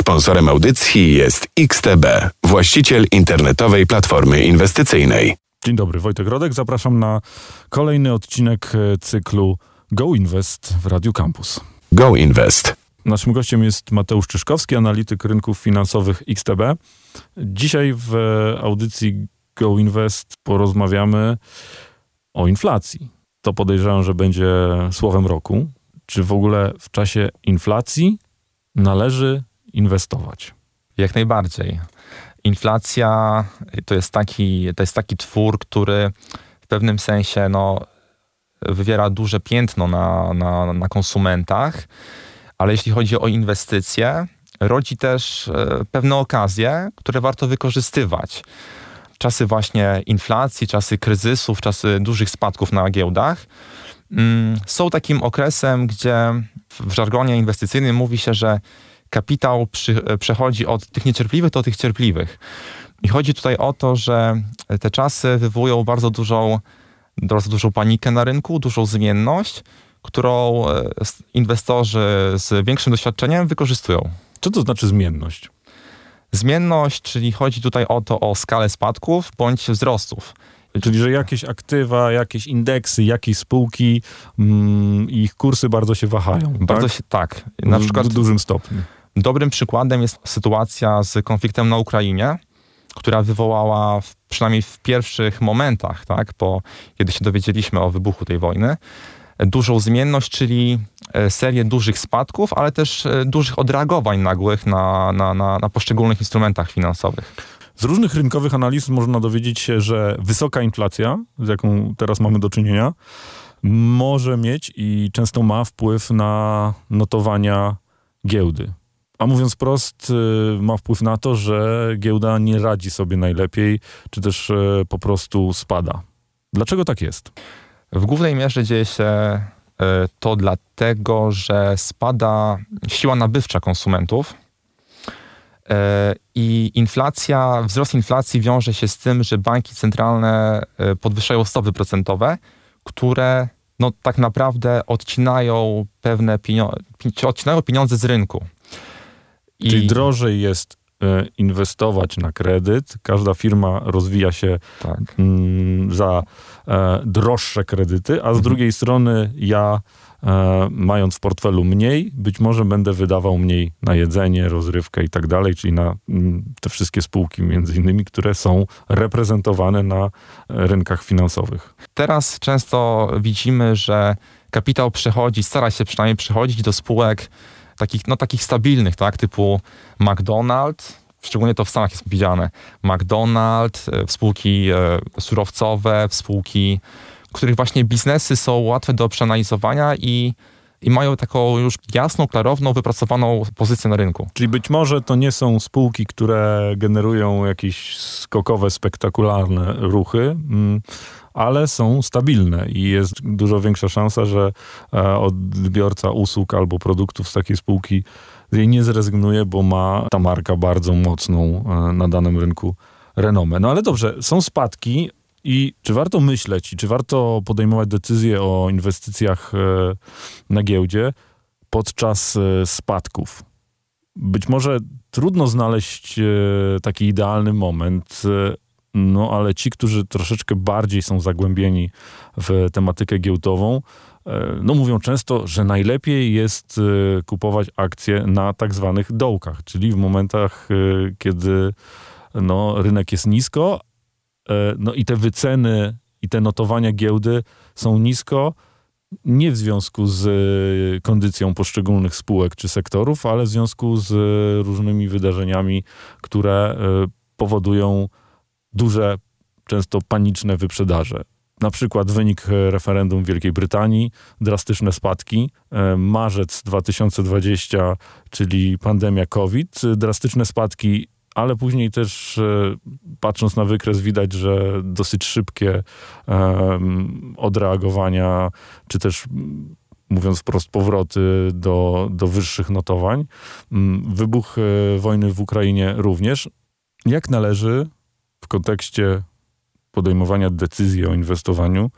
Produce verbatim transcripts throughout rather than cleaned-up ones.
Sponsorem audycji jest X T B, właściciel internetowej platformy inwestycyjnej. Dzień dobry, Wojtek Rodek. Zapraszam na kolejny odcinek cyklu Go Invest w Radiu Campus. Go Invest. Naszym gościem jest Mateusz Czyszkowski, analityk rynków finansowych X T B. Dzisiaj w audycji Go Invest porozmawiamy o inflacji. To podejrzewam, że będzie słowem roku. Czy w ogóle w czasie inflacji należy inwestować? Jak najbardziej. Inflacja to jest taki, to jest taki twór, który w pewnym sensie no, wywiera duże piętno na, na, na konsumentach, ale jeśli chodzi o inwestycje, rodzi też pewne okazje, które warto wykorzystywać. Czasy właśnie inflacji, czasy kryzysów, czasy dużych spadków na giełdach mm, są takim okresem, gdzie w żargonie inwestycyjnym mówi się, że kapitał przy, przechodzi od tych niecierpliwych do tych cierpliwych. I chodzi tutaj o to, że te czasy wywołują bardzo dużą, bardzo dużą panikę na rynku, dużą zmienność, którą inwestorzy z większym doświadczeniem wykorzystują. Co to znaczy zmienność? Zmienność, czyli chodzi tutaj o to, o skalę spadków bądź wzrostów. Czyli, że jakieś aktywa, jakieś indeksy, jakieś spółki, mm, ich kursy bardzo się wahają. Bardzo tak? się, tak. Na w, przykład w dużym stopniu. Dobrym przykładem jest sytuacja z konfliktem na Ukrainie, która wywołała w, przynajmniej w pierwszych momentach, tak, po, kiedy się dowiedzieliśmy o wybuchu tej wojny, dużą zmienność, czyli serię dużych spadków, ale też dużych odreagowań nagłych na, na, na, na poszczególnych instrumentach finansowych. Z różnych rynkowych analiz można dowiedzieć się, że wysoka inflacja, z jaką teraz mamy do czynienia, może mieć i często ma wpływ na notowania giełdy. A mówiąc wprost, ma wpływ na to, że giełda nie radzi sobie najlepiej, czy też po prostu spada. Dlaczego tak jest? W głównej mierze dzieje się to dlatego, że spada siła nabywcza konsumentów i inflacja, wzrost inflacji wiąże się z tym, że banki centralne podwyższają stopy procentowe, które no, tak naprawdę odcinają pewne pieniądze, odcinają pieniądze z rynku. I... Czyli drożej jest inwestować na kredyt. Każda firma rozwija się tak. mm, za e, droższe kredyty, a z mhm. drugiej strony ja, e, mając w portfelu mniej, być może będę wydawał mniej na jedzenie, rozrywkę i tak dalej, czyli na m, te wszystkie spółki między innymi, które są reprezentowane na rynkach finansowych. Teraz często widzimy, że kapitał przechodzi, stara się przynajmniej przechodzić do spółek takich, no, takich stabilnych, tak, typu McDonald's, szczególnie to w Stanach jest widziane, McDonald's, spółki e, surowcowe, spółki, których właśnie biznesy są łatwe do przeanalizowania i, i mają taką już jasną, klarowną, wypracowaną pozycję na rynku. Czyli być może to nie są spółki, które generują jakieś skokowe, spektakularne ruchy, mm, ale są stabilne i jest dużo większa szansa, że odbiorca usług albo produktów z takiej spółki z jej nie zrezygnuje, bo ma ta marka bardzo mocną na danym rynku renomę. No ale dobrze, są spadki i czy warto myśleć i czy warto podejmować decyzje o inwestycjach na giełdzie podczas spadków? Być może trudno znaleźć taki idealny moment, no ale ci, którzy troszeczkę bardziej są zagłębieni w tematykę giełdową, no mówią często, że najlepiej jest kupować akcje na tak zwanych dołkach, czyli w momentach, kiedy no, rynek jest nisko, no i te wyceny i te notowania giełdy są nisko, nie w związku z kondycją poszczególnych spółek czy sektorów, ale w związku z różnymi wydarzeniami, które powodują duże, często paniczne wyprzedaże. Na przykład wynik referendum w Wielkiej Brytanii, drastyczne spadki. Marzec dwa tysiące dwudziesty, czyli pandemia COVID, drastyczne spadki, ale później też patrząc na wykres widać, że dosyć szybkie um, odreagowania, czy też mówiąc wprost powroty do, do wyższych notowań. Wybuch wojny w Ukrainie również. Jak należy w kontekście podejmowania decyzji o inwestowaniu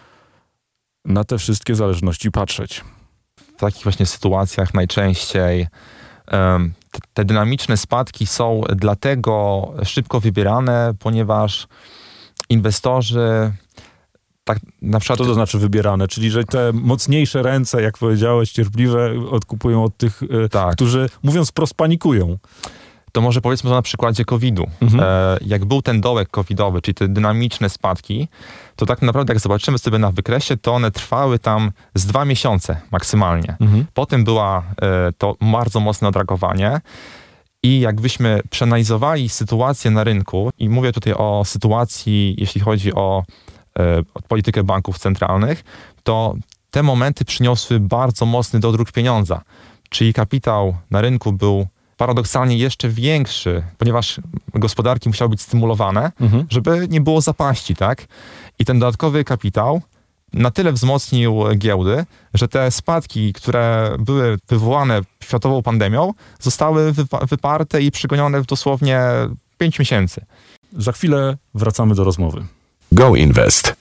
na te wszystkie zależności patrzeć? W takich właśnie sytuacjach najczęściej um, te dynamiczne spadki są dlatego szybko wybierane, ponieważ inwestorzy tak na przykład... Co to znaczy wybierane? Czyli, że te mocniejsze ręce, jak powiedziałeś, cierpliwe, odkupują od tych, tak. którzy, mówiąc wprost, panikują. To może powiedzmy to na przykładzie kowida. Mhm. E, jak był ten dołek covidowy, czyli te dynamiczne spadki, to tak naprawdę jak zobaczymy sobie na wykresie, to one trwały tam z dwa miesiące maksymalnie. Mhm. Potem była e, to bardzo mocne odreagowanie i jakbyśmy przeanalizowali sytuację na rynku, i mówię tutaj o sytuacji, jeśli chodzi o, e, o politykę banków centralnych, to te momenty przyniosły bardzo mocny dodruk pieniądza. Czyli kapitał na rynku był paradoksalnie jeszcze większy, ponieważ gospodarki musiały być stymulowane, mhm. żeby nie było zapaści, tak? I ten dodatkowy kapitał na tyle wzmocnił giełdy, że te spadki, które były wywołane światową pandemią, zostały wypa- wyparte i przygonione w dosłownie pięć miesięcy. Za chwilę wracamy do rozmowy. Go Invest.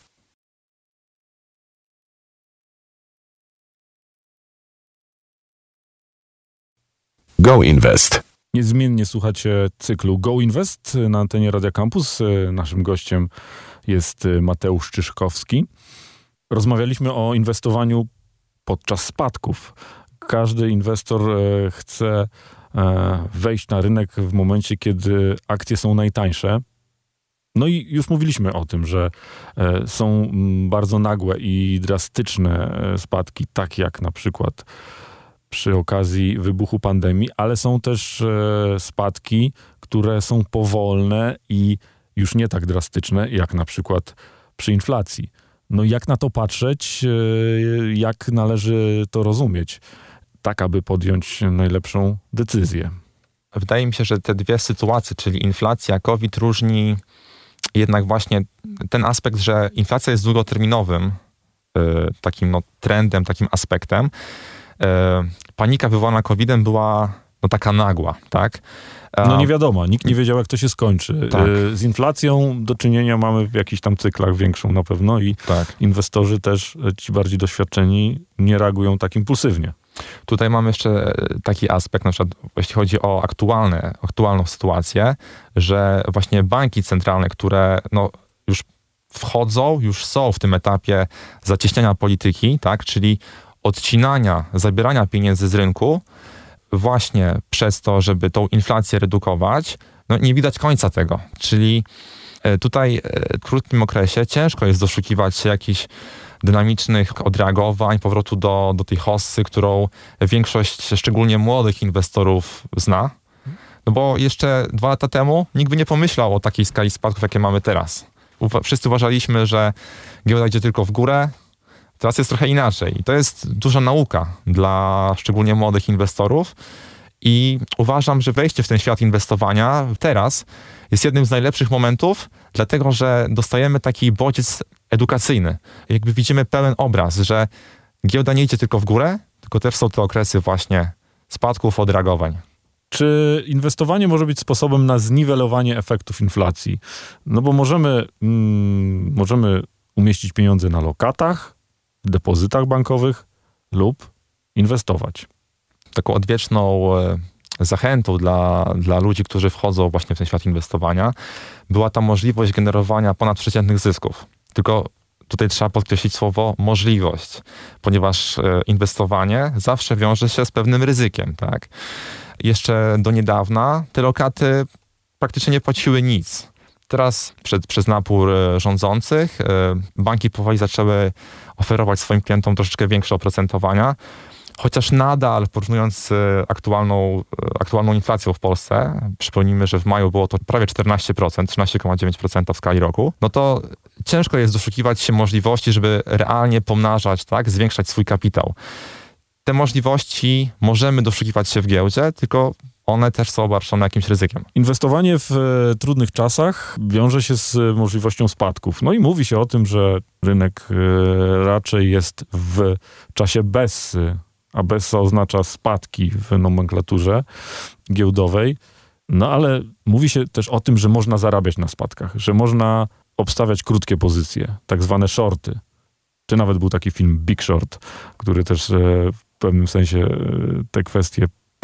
Go Invest. Niezmiennie słuchacie cyklu Go Invest na antenie Radia Campus. Naszym gościem jest Mateusz Czyszkowski. Rozmawialiśmy o inwestowaniu podczas spadków. Każdy inwestor chce wejść na rynek w momencie, kiedy akcje są najtańsze. No i już mówiliśmy o tym, że są bardzo nagłe i drastyczne spadki, tak jak na przykład przy okazji wybuchu pandemii, ale są też e, spadki, które są powolne i już nie tak drastyczne, jak na przykład przy inflacji. No jak na to patrzeć, e, jak należy to rozumieć, tak aby podjąć najlepszą decyzję? Wydaje mi się, że te dwie sytuacje, czyli inflacja, COVID, różni jednak właśnie ten aspekt, że inflacja jest długoterminowym e, takim no, trendem, takim aspektem. E, panika wywołana kowidem była no, taka nagła, tak? E, no nie wiadomo, nikt nie wiedział, jak to się skończy. Tak. E, z inflacją do czynienia mamy w jakichś tam cyklach większą na pewno i tak. Inwestorzy też, ci bardziej doświadczeni, nie reagują tak impulsywnie. Tutaj mamy jeszcze taki aspekt, na przykład jeśli chodzi o aktualne, aktualną sytuację, że właśnie banki centralne, które no, już wchodzą, już są w tym etapie zacieśniania polityki, tak, czyli odcinania, zabierania pieniędzy z rynku właśnie przez to, żeby tą inflację redukować, no nie widać końca tego. Czyli tutaj w krótkim okresie ciężko jest doszukiwać się jakichś dynamicznych odreagowań, powrotu do, do tej hossy, którą większość, szczególnie młodych inwestorów zna. No bo jeszcze dwa lata temu nikt by nie pomyślał o takiej skali spadków, jakie mamy teraz. Uwa- wszyscy uważaliśmy, że giełda idzie tylko w górę. Teraz jest trochę inaczej. I to jest duża nauka dla szczególnie młodych inwestorów i uważam, że wejście w ten świat inwestowania teraz jest jednym z najlepszych momentów, dlatego że dostajemy taki bodziec edukacyjny. Jakby widzimy pełen obraz, że giełda nie idzie tylko w górę, tylko też są te okresy właśnie spadków, odreagowań. Czy inwestowanie może być sposobem na zniwelowanie efektów inflacji? No bo możemy, mm, możemy umieścić pieniądze na lokatach, w depozytach bankowych lub inwestować. Taką odwieczną zachętą dla, dla ludzi, którzy wchodzą właśnie w ten świat inwestowania, była ta możliwość generowania ponadprzeciętnych zysków. Tylko tutaj trzeba podkreślić słowo możliwość, ponieważ inwestowanie zawsze wiąże się z pewnym ryzykiem, tak? Jeszcze do niedawna te lokaty praktycznie nie płaciły nic. Teraz przed, przez napór rządzących banki powoli zaczęły oferować swoim klientom troszeczkę większe oprocentowania, chociaż nadal porównując aktualną, aktualną inflacją w Polsce, przypomnijmy, że w maju było to prawie czternaście procent, trzynaście przecinek dziewięć procent w skali roku, no to ciężko jest doszukiwać się możliwości, żeby realnie pomnażać, tak, zwiększać swój kapitał. Te możliwości możemy doszukiwać się w giełdzie, tylko one też są obarczone jakimś ryzykiem. Inwestowanie w e, trudnych czasach wiąże się z e, możliwością spadków. No i mówi się o tym, że rynek e, raczej jest w czasie bessy, a bessa oznacza spadki w nomenklaturze giełdowej. No ale mówi się też o tym, że można zarabiać na spadkach, że można obstawiać krótkie pozycje, tak zwane shorty. Czy nawet był taki film Big Short, który też e, w pewnym sensie e, te kwestie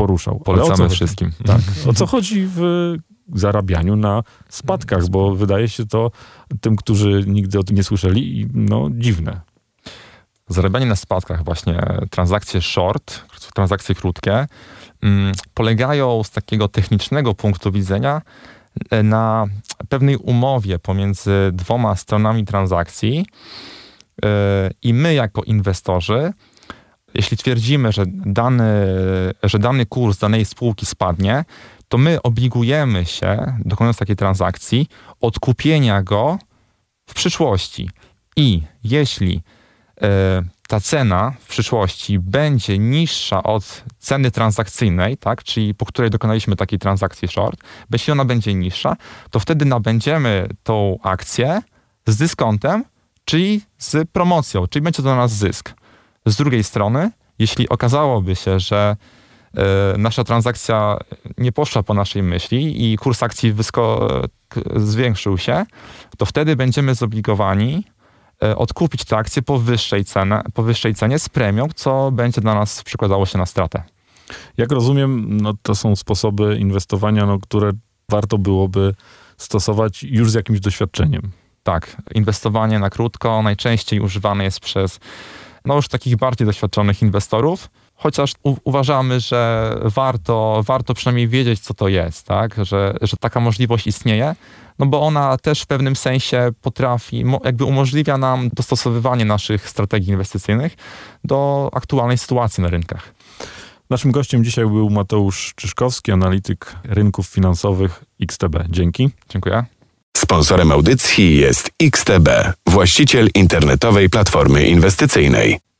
poruszał. Polecamy Ale o co wszystkim. Tak. O co chodzi w zarabianiu na spadkach, bo wydaje się to tym, którzy nigdy o tym nie słyszeli, no dziwne. Zarabianie na spadkach, właśnie transakcje short, transakcje krótkie, mm, polegają z takiego technicznego punktu widzenia na pewnej umowie pomiędzy dwoma stronami transakcji yy, i my jako inwestorzy, jeśli twierdzimy, że dany, że dany kurs danej spółki spadnie, to my obligujemy się, dokonując takiej transakcji, odkupienia go w przyszłości. I jeśli y, ta cena w przyszłości będzie niższa od ceny transakcyjnej, tak, czyli po której dokonaliśmy takiej transakcji short, jeśli ona będzie niższa, to wtedy nabędziemy tą akcję z dyskontem, czyli z promocją, czyli będzie to dla nas zysk. Z drugiej strony, jeśli okazałoby się, że y, nasza transakcja nie poszła po naszej myśli i kurs akcji wysko, zwiększył się, to wtedy będziemy zobligowani y, odkupić tę akcję po wyższej, cenę, po wyższej cenie z premią, co będzie dla nas przekładało się na stratę. Jak rozumiem, no to są sposoby inwestowania, no, które warto byłoby stosować już z jakimś doświadczeniem. Tak, inwestowanie na krótko najczęściej używane jest przez no już takich bardziej doświadczonych inwestorów, chociaż u- uważamy, że warto, warto przynajmniej wiedzieć, co to jest, tak? że, że taka możliwość istnieje, no bo ona też w pewnym sensie potrafi, mo- jakby umożliwia nam dostosowywanie naszych strategii inwestycyjnych do aktualnej sytuacji na rynkach. Naszym gościem dzisiaj był Mateusz Czyszkowski, analityk rynków finansowych X T B. Dzięki. Dziękuję. Sponsorem audycji jest X T B, właściciel internetowej platformy inwestycyjnej.